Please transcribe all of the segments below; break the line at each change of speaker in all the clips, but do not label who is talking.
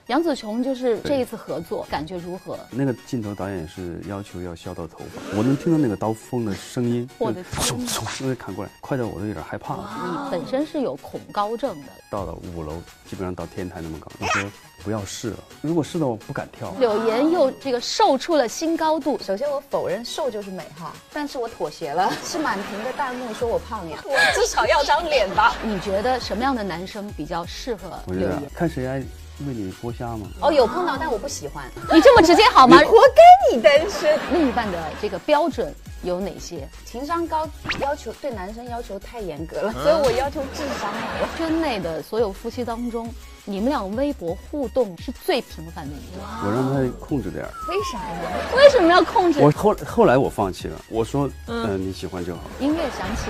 杨紫琼就是这一次合作，感觉如何？
那个镜头导演是要求要削到头发，我能听到那个刀锋的声音，
我的天，
嗖砍过来，快到我都有点害怕了。
你本身是有恐高症的，
到了5楼，基本上到天台那么高。我说不要试了，如果试了我不敢跳。
柳岩又这个瘦出了新高度。
首先我否认瘦就是美哈，但是我妥协了，是满屏的弹幕说我胖呀，我至少要张脸吧。
你觉得什么样的男生比较适合
我觉得
柳岩？
看谁爱为你剥虾嘛。
哦，有碰到，但我不喜欢。
你这么直接好吗？
活该你单身。
另一半的这个标准有哪些？
情商高，对男生要求太严格了，所以我要求智商好了。
圈内的所有夫妻当中，你们俩微博互动是最频繁的一个。
我让他控制点儿。
为啥呀？
为什么要控制？
我后来我放弃了，我说你喜欢就好。
音乐响起。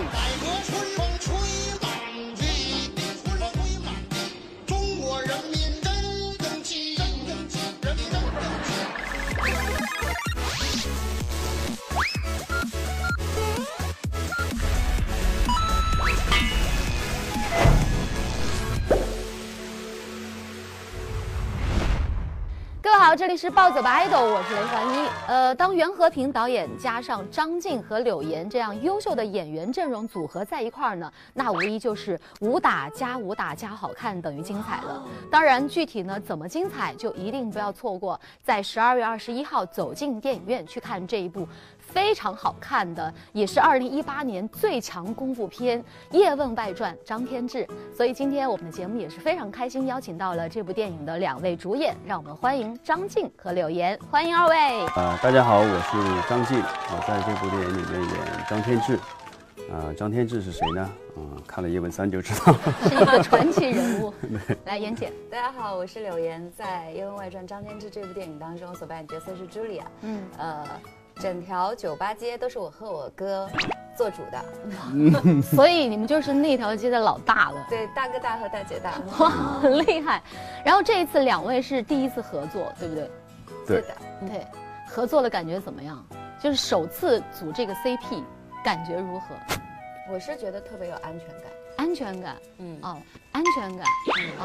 各位好，这里是暴走吧 idol， 我是雷环一。当袁和平导演加上张晋和柳岩这样优秀的演员阵容组合在一块儿呢，那无疑就是武打加好看等于精彩了。当然，具体呢怎么精彩，就一定不要错过在12月21号走进电影院去看这一部非常好看的，也是2018年最强功夫片《叶问外传》张天志。所以今天我们的节目也是非常开心，邀请到了这部电影的2位主演，让我们欢迎张晋和柳岩，欢迎2位。
大家好，我是张晋，我在这部电影里面演张天志。张天志是谁呢？看了《叶问3》就知道，
是一个传奇人物。来，妍姐。
大家好，我是柳岩，在《叶问外传》张天志这部电影当中所扮演角色是茱莉亚。整条酒吧街都是我和我哥做主的，
所以你们就是那条街的老大了。
对，大哥大和大姐大，
哇，很厉害。然后这一次2位是第一次合作，对不对？
对
的，
对，合作的感觉怎么样？就是首次组这个 CP， 感觉如何？
我是觉得特别有安全感。
安全感，安全感，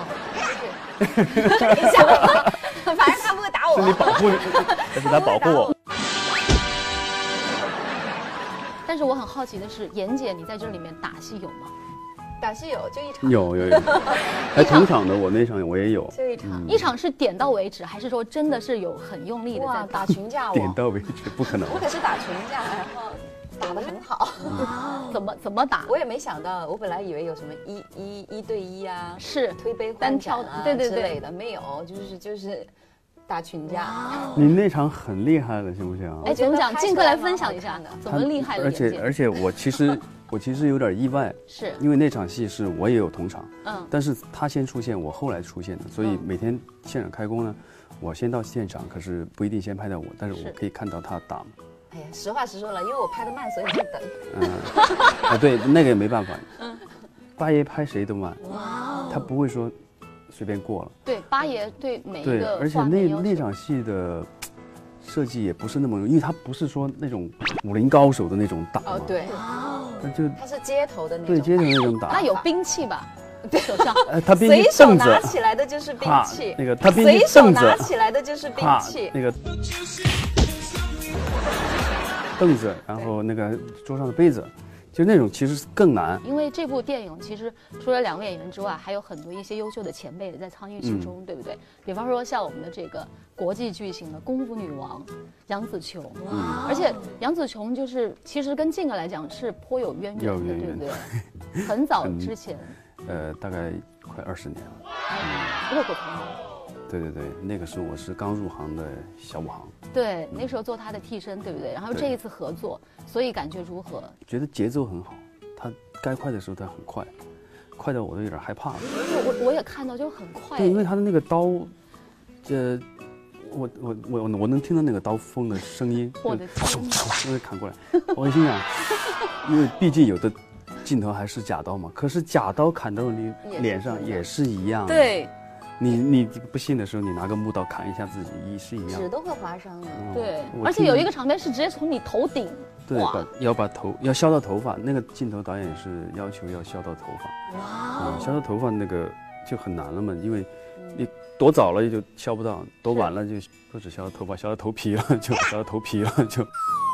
等一下，反正他不会打我，
是你保护，但是他保护我。
但是我很好奇的是，妍姐，你在这里面打戏有吗？
打戏有，就一场。
有。哎，同场的我那场我也有，
就一场。
一场是点到为止，还是说真的是有很用力的在
打群架？
点到为止，不可能。
我可是打群架，然后打得很好。
怎么打？
我也没想到，我本来以为有什么一对一啊，
是
推杯换
单挑
盏啊，
对
之类的，没有，就是打群架。
你那场很厉害了，行不行？
哎，怎么讲？晋哥来分享一下的，怎么厉害了？
而且我其实有点意外，
是
因为那场戏是我也有同场，但是他先出现，我后来出现的，所以每天现场开工呢，我先到现场，可是不一定先拍到我，但是我可以看到他打。
哎呀，实话实说了，因为我拍的慢，所以就等。
对，那个也没办法。八爷拍谁都慢，他不会说随便过了。
对，八爷对每一个
对，而且那场戏的设计也不是那么，因为他不是说那种武林高手的那种打嘛。
对，他是街头的那种。
对，街头那种打。
他有兵器吧？对，手上。
他兵器
随手拿起来的就是兵器。
那个他兵器
随手拿起来的就是兵器。
那个凳子，然后那个桌上的杯子，就那种其实更难。
因为这部电影其实除了2位演员之外，还有很多一些优秀的前辈也在参与其中，对不对？比方说像我们的这个国际巨星的功夫女王杨紫琼，而且杨紫琼就是其实跟晋哥来讲是颇有渊源的，对不对？很早之前，
大概快20年了。
卧虎藏龙。
对，那个时候我是刚入行的小武行。
对，那时候做他的替身，对不对？然后这一次合作，所以感觉如何？觉
得节奏很好，他该快的时候他很快，快到我都有点害怕了。
我也看到就很快。
对，因为他的那个刀，我能听到那个刀锋的声音，
我的天，
砍过来，我心想，因为毕竟有的镜头还是假刀嘛，可是假刀砍到你脸上也是一样的。
对。
你不信的时候，你拿个木刀砍一下自己，也是一样，
纸都会划伤的。
对，而且有一个场面是直接从你头顶，
对，要削到头发，那个镜头导演是要求要削到头发，削到头发那个就很难了嘛，因为你多早了就削不到，多晚了就不止削到头发，削到头皮了，就削到头皮了就。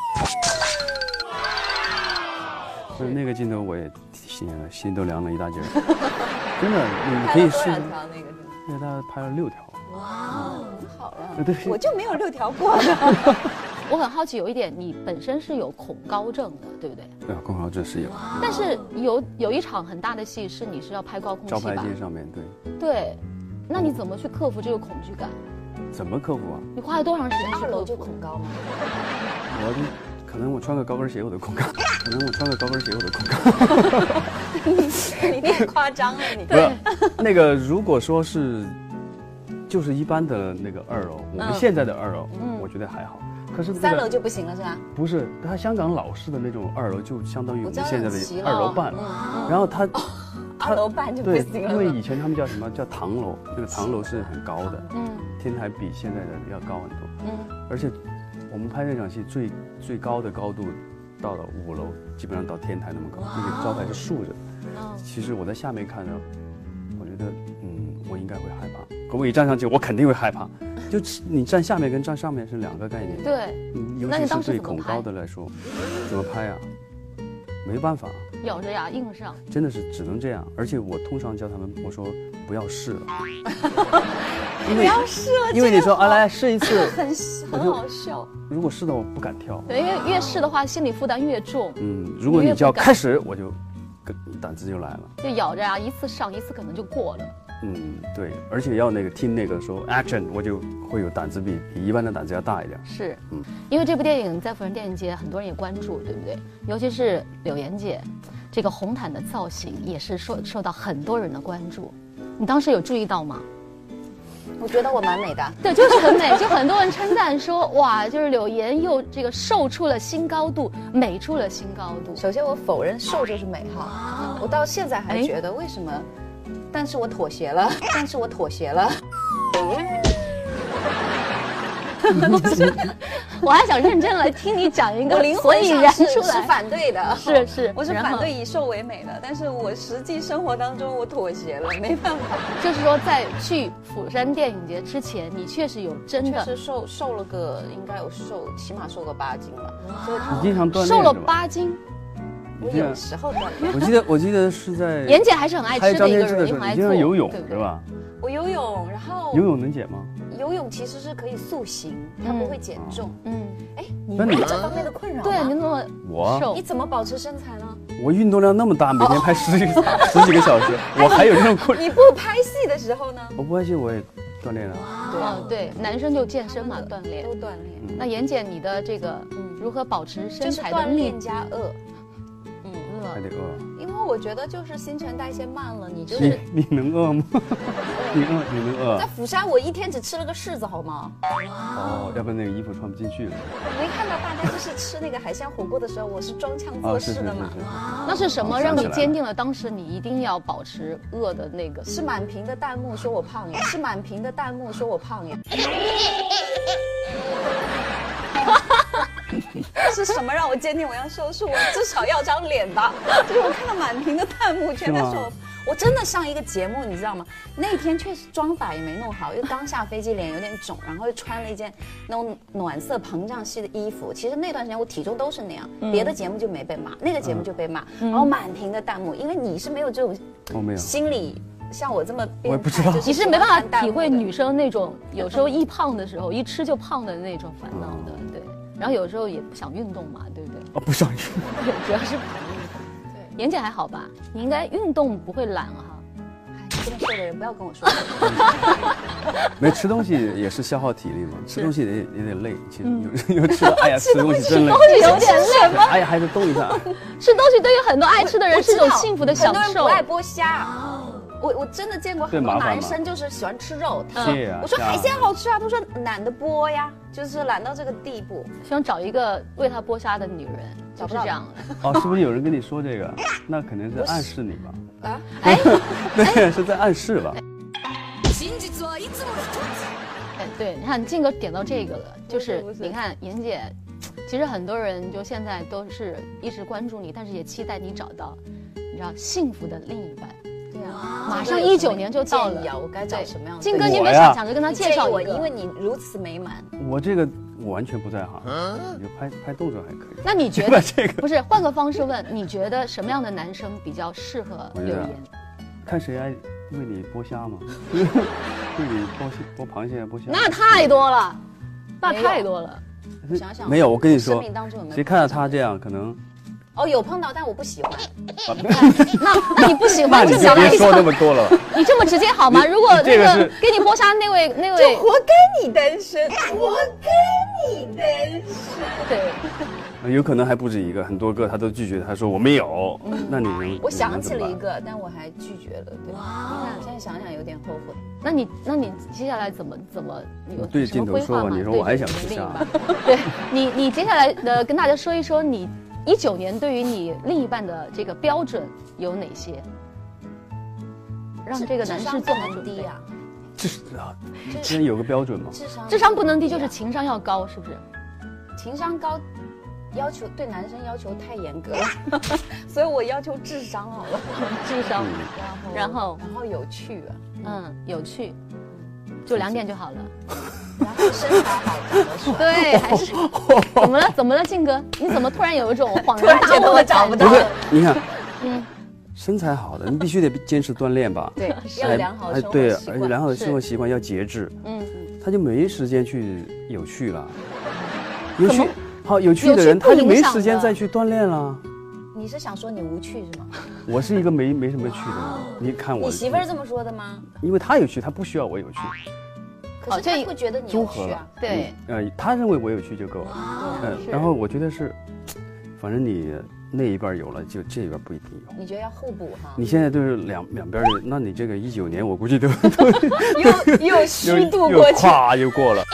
所以那个镜头我也心都凉了一大截。真的，你可以试。那个他拍了6条。
哇，很好了。
对，
我就没有6条过。
我很好奇，有一点，你本身是有恐高症的，对不对？
对啊，恐高症是有。
但是有一场很大的戏是你是要拍高空戏吧？
招牌街上面对。
对，那你怎么去克服这个恐惧感？
怎么克服啊？
你花了多长时间去克服？
2楼就恐高吗？
可能我穿个高跟鞋我都恐高，可能我穿个高跟鞋我都恐高。
你太夸张了，你。
对，那个如果说是，就是一般的那个2楼，我们现在的2楼，我觉得还好。可是
3楼就不行了是吧？
不是，它香港老式的那种2楼就相当于我们现在的2楼半，然后它
2楼半就不行了。
因为以前他们叫什么叫唐楼，那个唐楼是很高的，天台比现在的要高很多，而且我们拍那场戏最高的高度到了5楼，基本上到天台那么高，那个招牌是竖着。其实我在下面看着，我觉得我应该会害怕。可我一站上去，我肯定会害怕。就你站下面跟站上面是2个概念。
对，
尤其是对恐高的来说，怎么拍啊？没办法，
咬着牙硬上，
真的是只能这样。而且我通常叫他们，我说不要试了，
不要试了，
因为你说啊来试一次，
很好笑。
如果试了我不敢跳，
对，因为越试的话心理负担越重。
如果你叫开始，我就胆子就来了，
就咬着牙一次上一次可能就过了。
对，而且要那个听那个说 action， 我就会有胆子比一般的胆子要大一点。
是，因为这部电影在辅仁电影节很多人也关注，对不对？尤其是柳岩姐，这个红毯的造型也是受到很多人的关注。你当时有注意到吗？
我觉得我蛮美的，
对，就是很美，就很多人称赞说，哇，就是柳岩又这个瘦出了新高度，美出了新高度。
首先我否认瘦就是美哈，我到现在还觉得为什么？但是我妥协了，
我还想认真来听你讲一个，
我灵魂
上
是反对的，
是，
我是反对以瘦为美的，但是我实际生活当中我妥协了，没办法。
就是说，在去釜山电影节之前，你确实有真的
确实瘦了个，应该有起码瘦个8斤吧。
你经常锻炼
瘦了8斤。
我有时候锻
炼。我记得是在
妍姐还是很爱吃的一个人，
你经常游泳对吧？
我游泳，然后
游泳能减吗？
游泳其实是可以塑形，它不会减重。你没有这方面的困扰吗？
对，你那么瘦，
你怎么保持身材呢？
我运动量那么大，每天拍十几个小时，我还有这种困扰。
你不拍戏的时候呢？
我不拍戏我也锻炼了。
对，男生就健身嘛，锻炼
都锻炼。
那妍姐，你的这个如何保持身材的
锻炼加饿。
还得饿，
因为我觉得就是新陈代谢慢了，你就是
你能饿吗？你能饿？
在釜山我1天只吃了个柿子，好吗？
要不然那个衣服穿不进去了。
没看到大家就是吃那个海鲜火锅的时候，我是装腔作势的嘛。
那是什么让你坚定了当时你一定要保持饿的那个？
是满屏的弹幕说我胖呀，是满屏的弹幕说我胖呀。是什么让我坚定我要瘦？是我至少要张脸吧。就是我看到满屏的弹幕全在说我真的上一个节目，你知道吗？那天确实妆法也没弄好，因为刚下飞机，脸有点肿，然后又穿了一件那种暖色膨胀系的衣服。其实那段时间我体重都是那样，别的节目就没被骂，那个节目就被骂。然后满屏的弹幕，因为你是没有这种心理。像我这么变态，
你是没办法体会女生那种有时候易胖的时候，一吃就胖的那种烦恼的，对。然后有时候也不想运动嘛，对不对？
不想运动，
主要是不想运动。对，妍姐还好吧？你应该运动不会懒哈。
这么瘦的人不要跟我说。
没吃东西也是消耗体力嘛，吃东西也得累。其实有吃，哎呀，吃东西真累，
有点累吗？
哎呀，还得动一下。
吃东西对于很多爱吃的人是一种幸福的享受。
很多人不爱剥虾。我真的见过很多男生就是喜欢吃肉，我说海鲜好吃啊，他说懒得剥呀，就是懒到这个地步。
希望找一个为他剥虾的女人，就是这样
的。是不是有人跟你说这个？那肯定是暗示你吧？对，是在暗示吧？
对，你看静哥点到这个了，就是你看妍姐，其实很多人就现在都是一直关注你，但是也期待你找到，你知道幸福的另一半。
对啊，
马上19年就到了。
我该找什么样的？
靖哥，你有没有想着跟他介绍
我？因为你如此美满。
我这个我完全不在行，就拍动作还可以。
那你觉得
这个
不是？换个方式问，你觉得什么样的男生比较适合柳岩？
看谁爱为你剥虾嘛，为你剥螃蟹剥虾。
那太多了，那太多了。
想想
没有，我跟你说，
生命当中有没有
谁看到他这样可能。
哦，有碰到，但我不喜欢。
那你不喜欢就
别说那么多了。
你这么直接好吗？如果那个给你剥虾那位，
就活该你单身，活该你单身。
对，
有可能还不止一个，很多个他都拒绝，他说我没有。那你能？
我想起了一个，但我还拒绝了。对，你看现在想想有点后悔。
那你接下来怎么有
对镜头说吧，你说我还想吃虾。
对你接下来跟大家说一说你。19年对于你另一半的这个标准有哪些？让这个男士做好准备啊！
现在有个标准吗？
智商不能低，就是情商要高，是不是？
情商高，要求对男生要求太严格了，所以我要求智商好了，
智商，然后
有趣啊，
有趣，就2点就好了。
然后身材好，长得帅。
对，还是怎么了，靖哥？你怎么突然有一种恍然大悟的
找不到？
不是，你看，身材好的，你必须得坚持锻炼吧？
对，要有良好的生活习惯。
对，而且良好的生活习惯要节制。他就没时间去有趣了。有趣的人，他就没时间再去锻炼了。
你是想说你无趣是吗？
我是一个没什么趣的人。你看我，
你媳妇儿这么说的吗？
因为他有趣，他不需要我有趣。
可是他会觉得你有趣啊。
对，
他认为我有趣就够了。然后我觉得是，反正你那一半有了，就这一半不一定有。
你觉得要互补哈？
你现在都是两边的，那你这个19年，我估计都
又虚度过去，
又过了。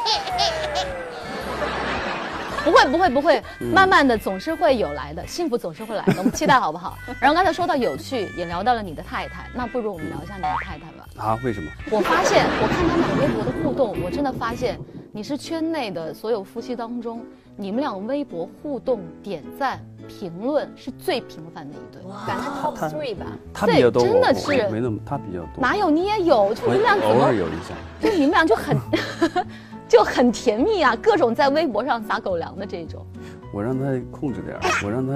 不会，慢慢的总是会有来的，幸福总是会来的，我们期待好不好？然后刚才说到有趣，也聊到了你的太太，那不如我们聊一下你的太太吧。
啊？为什么？
我发现，我看他们俩微博的互动，我真的发现你是圈内的所有夫妻当中，你们俩微博互动、点赞、评论是最频繁的一对，
反正 top 3吧。
他比较多，
真的是
没那么，他比较多。
哪有你也有？就你们俩
偶尔有一下，
就你们俩就很就很甜蜜啊，各种在微博上撒狗粮的这种。
我让他控制点，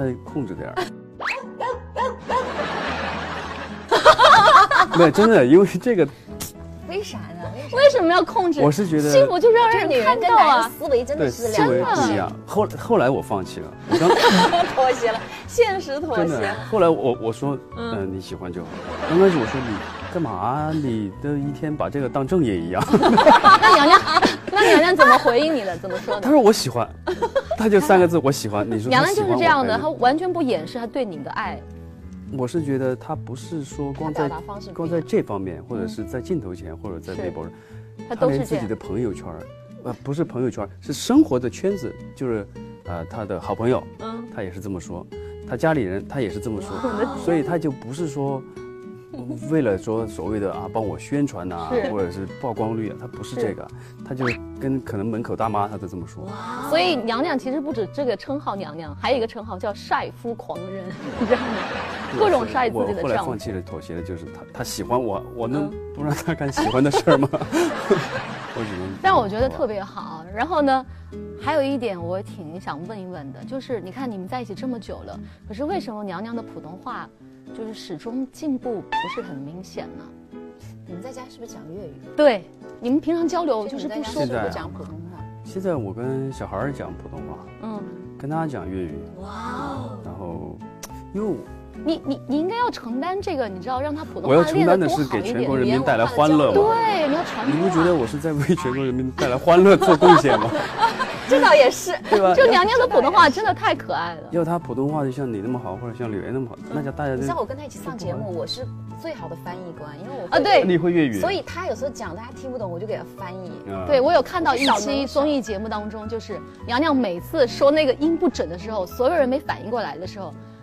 对，真的，因为这个。
为啥呢？
为什么要控制？
我是觉得
幸福就是让人看到啊，
思维真的是
思维不一样。后来我放弃了，
妥协了，现实妥协。
后来我说，你喜欢就好。刚开始我说你干嘛？你的一天把这个当正业一样。
那娘娘怎么回应你的？怎么说的？
她说我喜欢，她就3个字，我喜欢。你说
娘娘就是这样的，她完全不掩饰她对你的爱。
我是觉得他不是说光在这方面，或者是在镜头前，或者在微博上，他连自己的朋友圈，不是朋友圈，是生活的圈子，就是他的好朋友，他也是这么说，他家里人他也是这么说，所以他就不是说为了说所谓的帮我宣传呐，或者是曝光率啊，他不是这个，他就跟可能门口大妈他都这么说。
所以娘娘其实不止这个称号娘娘，还有一个称号叫晒夫狂人，你知道吗？各种晒自己的。
我后来放弃了，妥协了，就是他喜欢我，我能不让他干喜欢的事吗？我只能。
但我觉得特别好。然后呢，还有一点我挺想问一问的，就是你看你们在一起这么久了，可是为什么娘娘的普通话就是始终进步不是很明显呢？
你们在家是不是讲粤语？
对，你们平常交流就是不说
不讲普通话。
现在我跟小孩讲普通话，跟他讲粤语。哇。然后，
你应该要承担这个，你知道，让他普通话
我要承担的是给全国人民带来欢乐。
对，你要传播。
你不觉得我是在为全国人民带来欢乐做贡献吗？
这倒也是，
对吧？
就娘娘的普通话真的太可爱了。
要他普通话就像你那么好，或者像柳岩那么好，那叫大家。
你像我跟他一起上节目，我是最好的翻译官，因为我
对，
你会粤语，
所以他有时候讲大家听不懂，我就给他翻译。
对，我有看到一期综艺节目当中，就是娘娘每次说那个音不准的时候，所有人没反应过来的时候，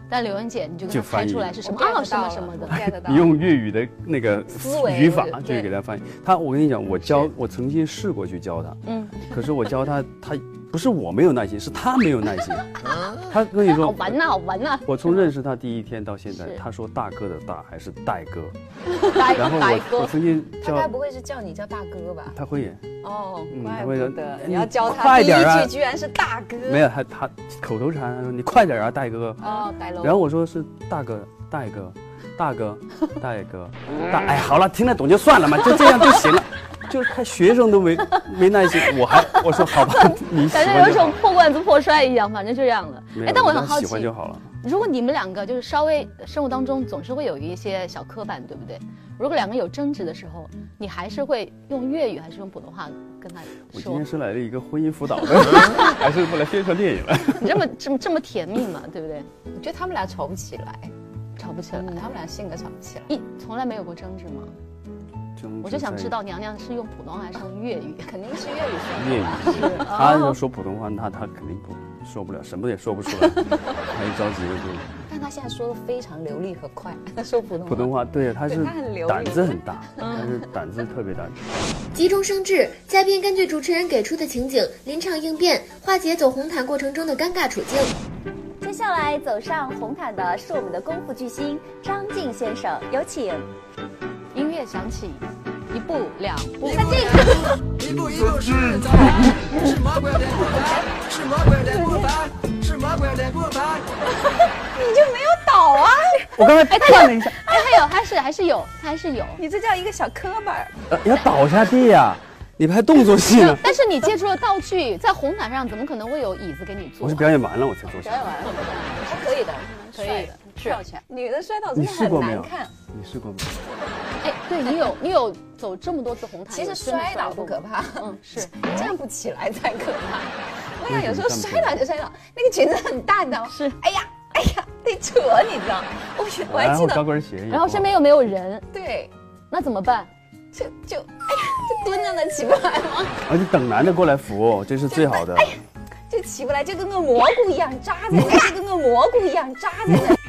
但柳岩姐你就给她
翻译
猜出来是什么什么什么的。
你用粤语的那个
思维
语法就给他翻译。我跟你讲，我曾经试过去教他，可是我教他不是我没有耐心，是他没有耐心。他跟你说
好玩呐，好玩呐。
我从认识他第一天到现在，他说大哥的大还是戴哥，然后我曾经
他该不会是叫你叫大哥吧？
他会演
哦，怪
不
得你要教他
快点
第一句居然是大哥。
没有他口头禅，他说你快点啊，戴哥。
哦，戴楼。
然后我说是大哥，戴哥，大哥，戴哥，哎，好了，听得懂就算了嘛，就这样就行了。就是看学生都没耐心，我说好吧，你喜欢就好。
感觉有一种破罐子破摔一样，反正就这样了。哎，但我很好奇，
喜欢就好了。
如果你们两个就是稍微生活当中总是会有一些小磕绊，对不对？如果两个有争执的时候，你还是会用粤语还是用普通话跟他说？
我今天是来了一个婚姻辅导的，还是不来宣传电影了？
你这么甜蜜嘛，对不对？
我觉得他们俩吵不起来，
吵不起来，
他们俩性格吵不起来。
从来没有过争执吗？我就想知道娘娘是用普通话还是用粤语？
肯定是粤语说。
粤语，他要说普通话，他肯定说不了，什么也说不出来，他一着急了就。
但他现在说的非常流利和快，他说普通话。
对，他是胆子很大，但是胆子特别大。
急中生智，嘉宾根据主持人给出的情景临场应变，化解走红毯过程中的尴尬处境。
接下来走上红毯的是我们的功夫巨星张晋先生，有请。
音乐响起，一步两步，
三进。
一步一步是招牌，是魔鬼的步伐，是魔鬼的步伐，是魔鬼的步伐。
你就没有倒啊？
我刚才看了一下，
他还是有。
你这叫一个小磕巴。
要倒下地呀，你拍动作戏呢。
但是你借助了道具，在红毯上怎么可能会有椅子给你坐？
我是表演完了我才坐下。
表演完了，还可以的，
可以的，
跳起来。女的摔倒真的很难看。
你试过没有？
哎，对你有走这么多次红毯，
其实摔倒不可怕，
是
站不起来才可怕。我想有时候摔倒就摔倒，那个裙子很大的，
是，
哎呀，得扯，你知道？我还记得
高跟鞋，
然后身边又没有人，
对，
那怎么办？
就蹲着呢，起不来吗？
而且等男的过来扶，这是最好的。
就起不来，就跟个蘑菇一样扎在那，就跟个蘑菇一样扎在那。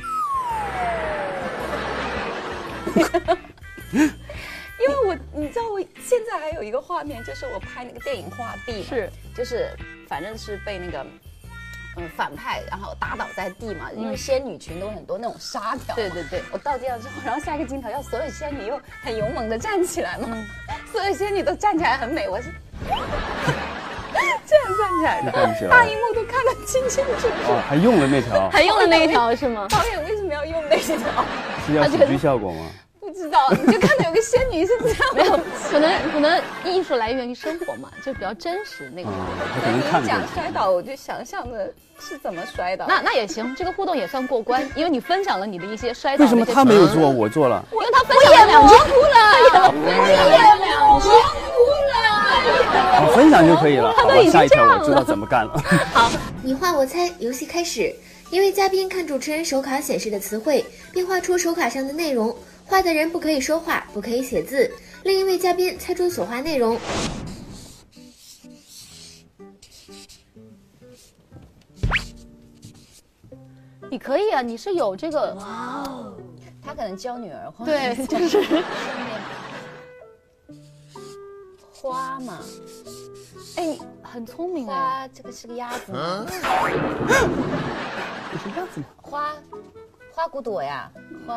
因为你知道我现在还有一个画面，就是我拍那个电影《画地》，就是反正是被那个反派然后打倒在地嘛，因为仙女裙都很多那种纱条。对，我到地上之后，然后下一个镜头要所有仙女又很勇猛的站起来嘛，所有仙女都站起来很美，我是这样站起来的，大荧幕都看得清清楚楚。
还用了那条？
还用了那一条是吗？
导演为什么要用那一条？
是要喜剧效果吗？
不知道，你就看到有个仙女是这样，
没有，可能艺术来源于生活嘛，就比较真实那个。
他可能看
讲摔倒，我就想象的是怎么摔倒。
那也行，这个互动也算过关，因为你分享了你的一些摔倒。
为什么他没有做，我做了？
因为他分享了2句哭了，
我分享就可以了。好吧，下一条我知道怎么干了。
好，你画我猜，游戏开始。一位嘉宾看主持人手卡显示的词汇，并画出手卡上的内容。画的人不可以说话，不可以写字。另一位嘉宾猜出所画内容。
你可以啊，你是有这个。
哇哦，他可能教女儿画。
对，就是
花嘛。
哎，你很聪明哎。
花，这个是个鸭子吗？
是鸭子吗？
花骨朵呀，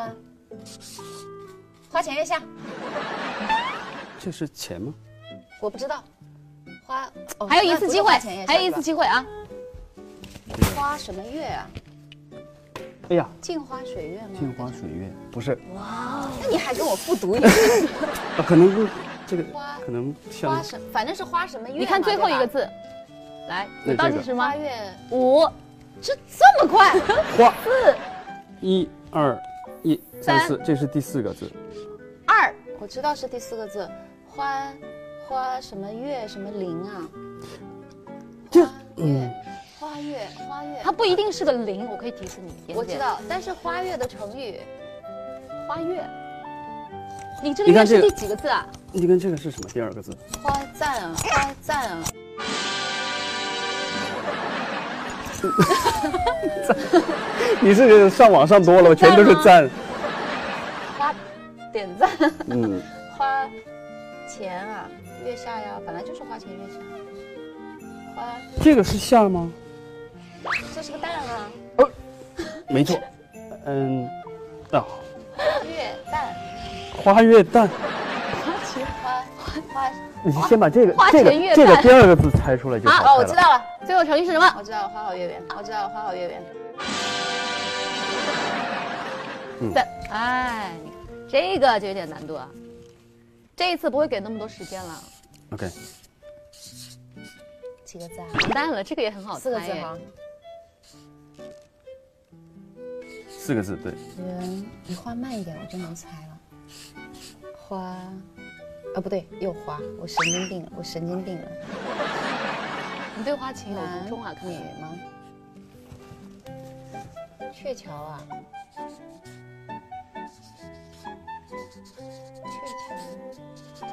花前月下。
这是钱吗？
我不知道。
还有一次机会，还有一次机会啊！
花什么月啊？
哎呀，
镜花水月吗？
镜花水月不是。
哇，那你还跟我复读一遍？
可能这个可能像
花什，反正是花什么月？
你看最后一个字，来，有倒计时吗？
花月
5，
这么快？
花
4、
1、2、1、3、4，这是第4个字。
2，我知道是第4个字。花什么月什么灵啊？花月，
它不一定是个0，我可以提示你。
我知道，但是花月的成语，
花月。你这个月是第几个字啊？
你跟这个是什么？第2个字。
花赞啊。
你是上网上多了，全都是赞。
花点赞，
嗯，
花钱啊，月下呀，本来就是花前月下。花，
这个是下吗？
这是个蛋啊。
没错。嗯，啊，
月蛋，
花月蛋。
花。
你先把这个
花前月
这个
蛋
第二个字猜出来就好猜了。
哦，我知道了，
最后成语是什么？
我知道了，花好月圆。我知道了，花好月圆。
哎，这个就有点难度啊。这一次不会给那么多时间了。
OK，
几个字啊？
完蛋了，这个也很好猜。
4个字哈。
4个字，对。
圆，你画慢一点，我就能猜了。花，啊不对，又花，我神经病了，我神经病了。
你对花情有独钟啊？看
女吗？鹊桥啊。鹊桥。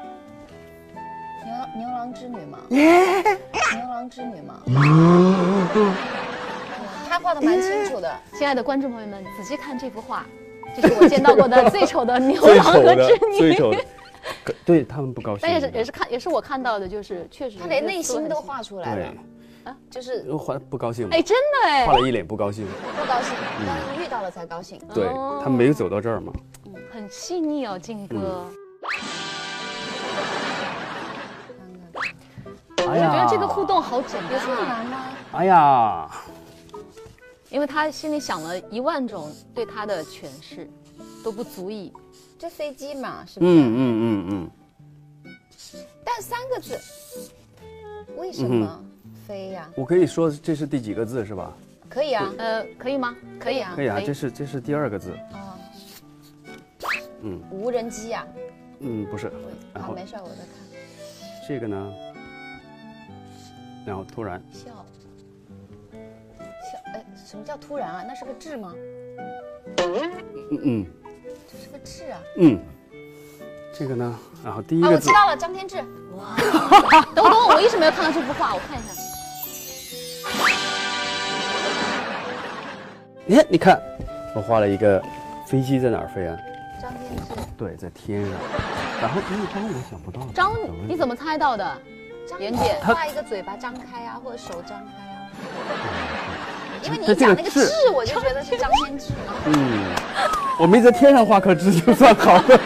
牛郎织女吗？牛郎织女吗？他画的蛮清楚的。
亲爱的观众朋友们，仔细看这幅画，这是我见到过的最丑的牛郎和织女。
最丑的。对他们不高兴。
但也是我看到的，就是确实
他连内心都画出来了。啊，就是
画不高兴。
哎，真的哎，
画了一脸不高兴。
不高兴，但是遇到了才高兴。
对他没有走到这儿嘛。
很细腻哦，靖哥。我觉得这个互动好简单，有
这么难吗？
哎呀，
因为他心里想了10000种对他的诠释，都不足以。
这飞机嘛，是不是？但3个字，为什么飞呀？
我可以说这是第几个字是吧？
可以啊，
可以吗？可以啊，
可以啊，这是第2个字。
啊，
无
人机呀？
不是。
然后没事，我在看。
这个呢？然后突然
笑，哎，什么叫突然啊？那是个痣吗？这是个痣啊。
这个呢？然后第1个字。
我知道了，张天志。
哇，等我一直没有看到这幅画，我看一下。
你看，我画了一个飞机在哪儿飞啊？
张天志。对，
在天上。然后我想不到。
你怎么猜到的？
连姐画一个嘴巴张开啊，或者手张开啊。因为你一讲那个痣，我就觉得是张天志嘛。
我没在天上画颗痣就算好了。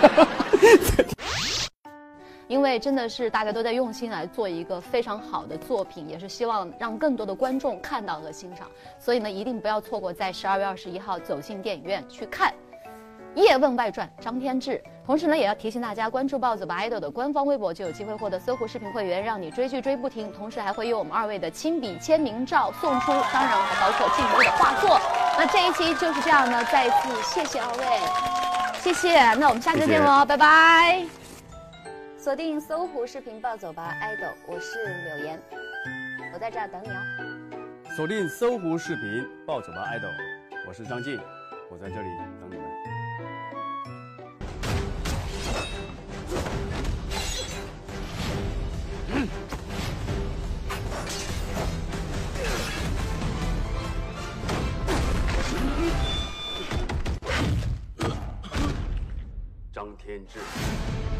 因为真的是大家都在用心来做一个非常好的作品，也是希望让更多的观众看到和欣赏，所以呢，一定不要错过在12月21号走进电影院去看《叶问外传》张天志。同时呢，也要提醒大家关注暴走吧 idol 的官方微博，就有机会获得搜狐视频会员，让你追剧追不停。同时还会有我们2位的亲笔签名照送出，当然还包括靖哥的画作。那这一期就是这样呢，再一次谢谢2位，谢谢。那我们下期见喽，拜拜。
锁定搜狐视频暴走吧 idol， 我是柳岩，我在这儿等你哦。
锁定搜狐视频暴走吧 idol， 我是张晋，我在这里等你们。张天志。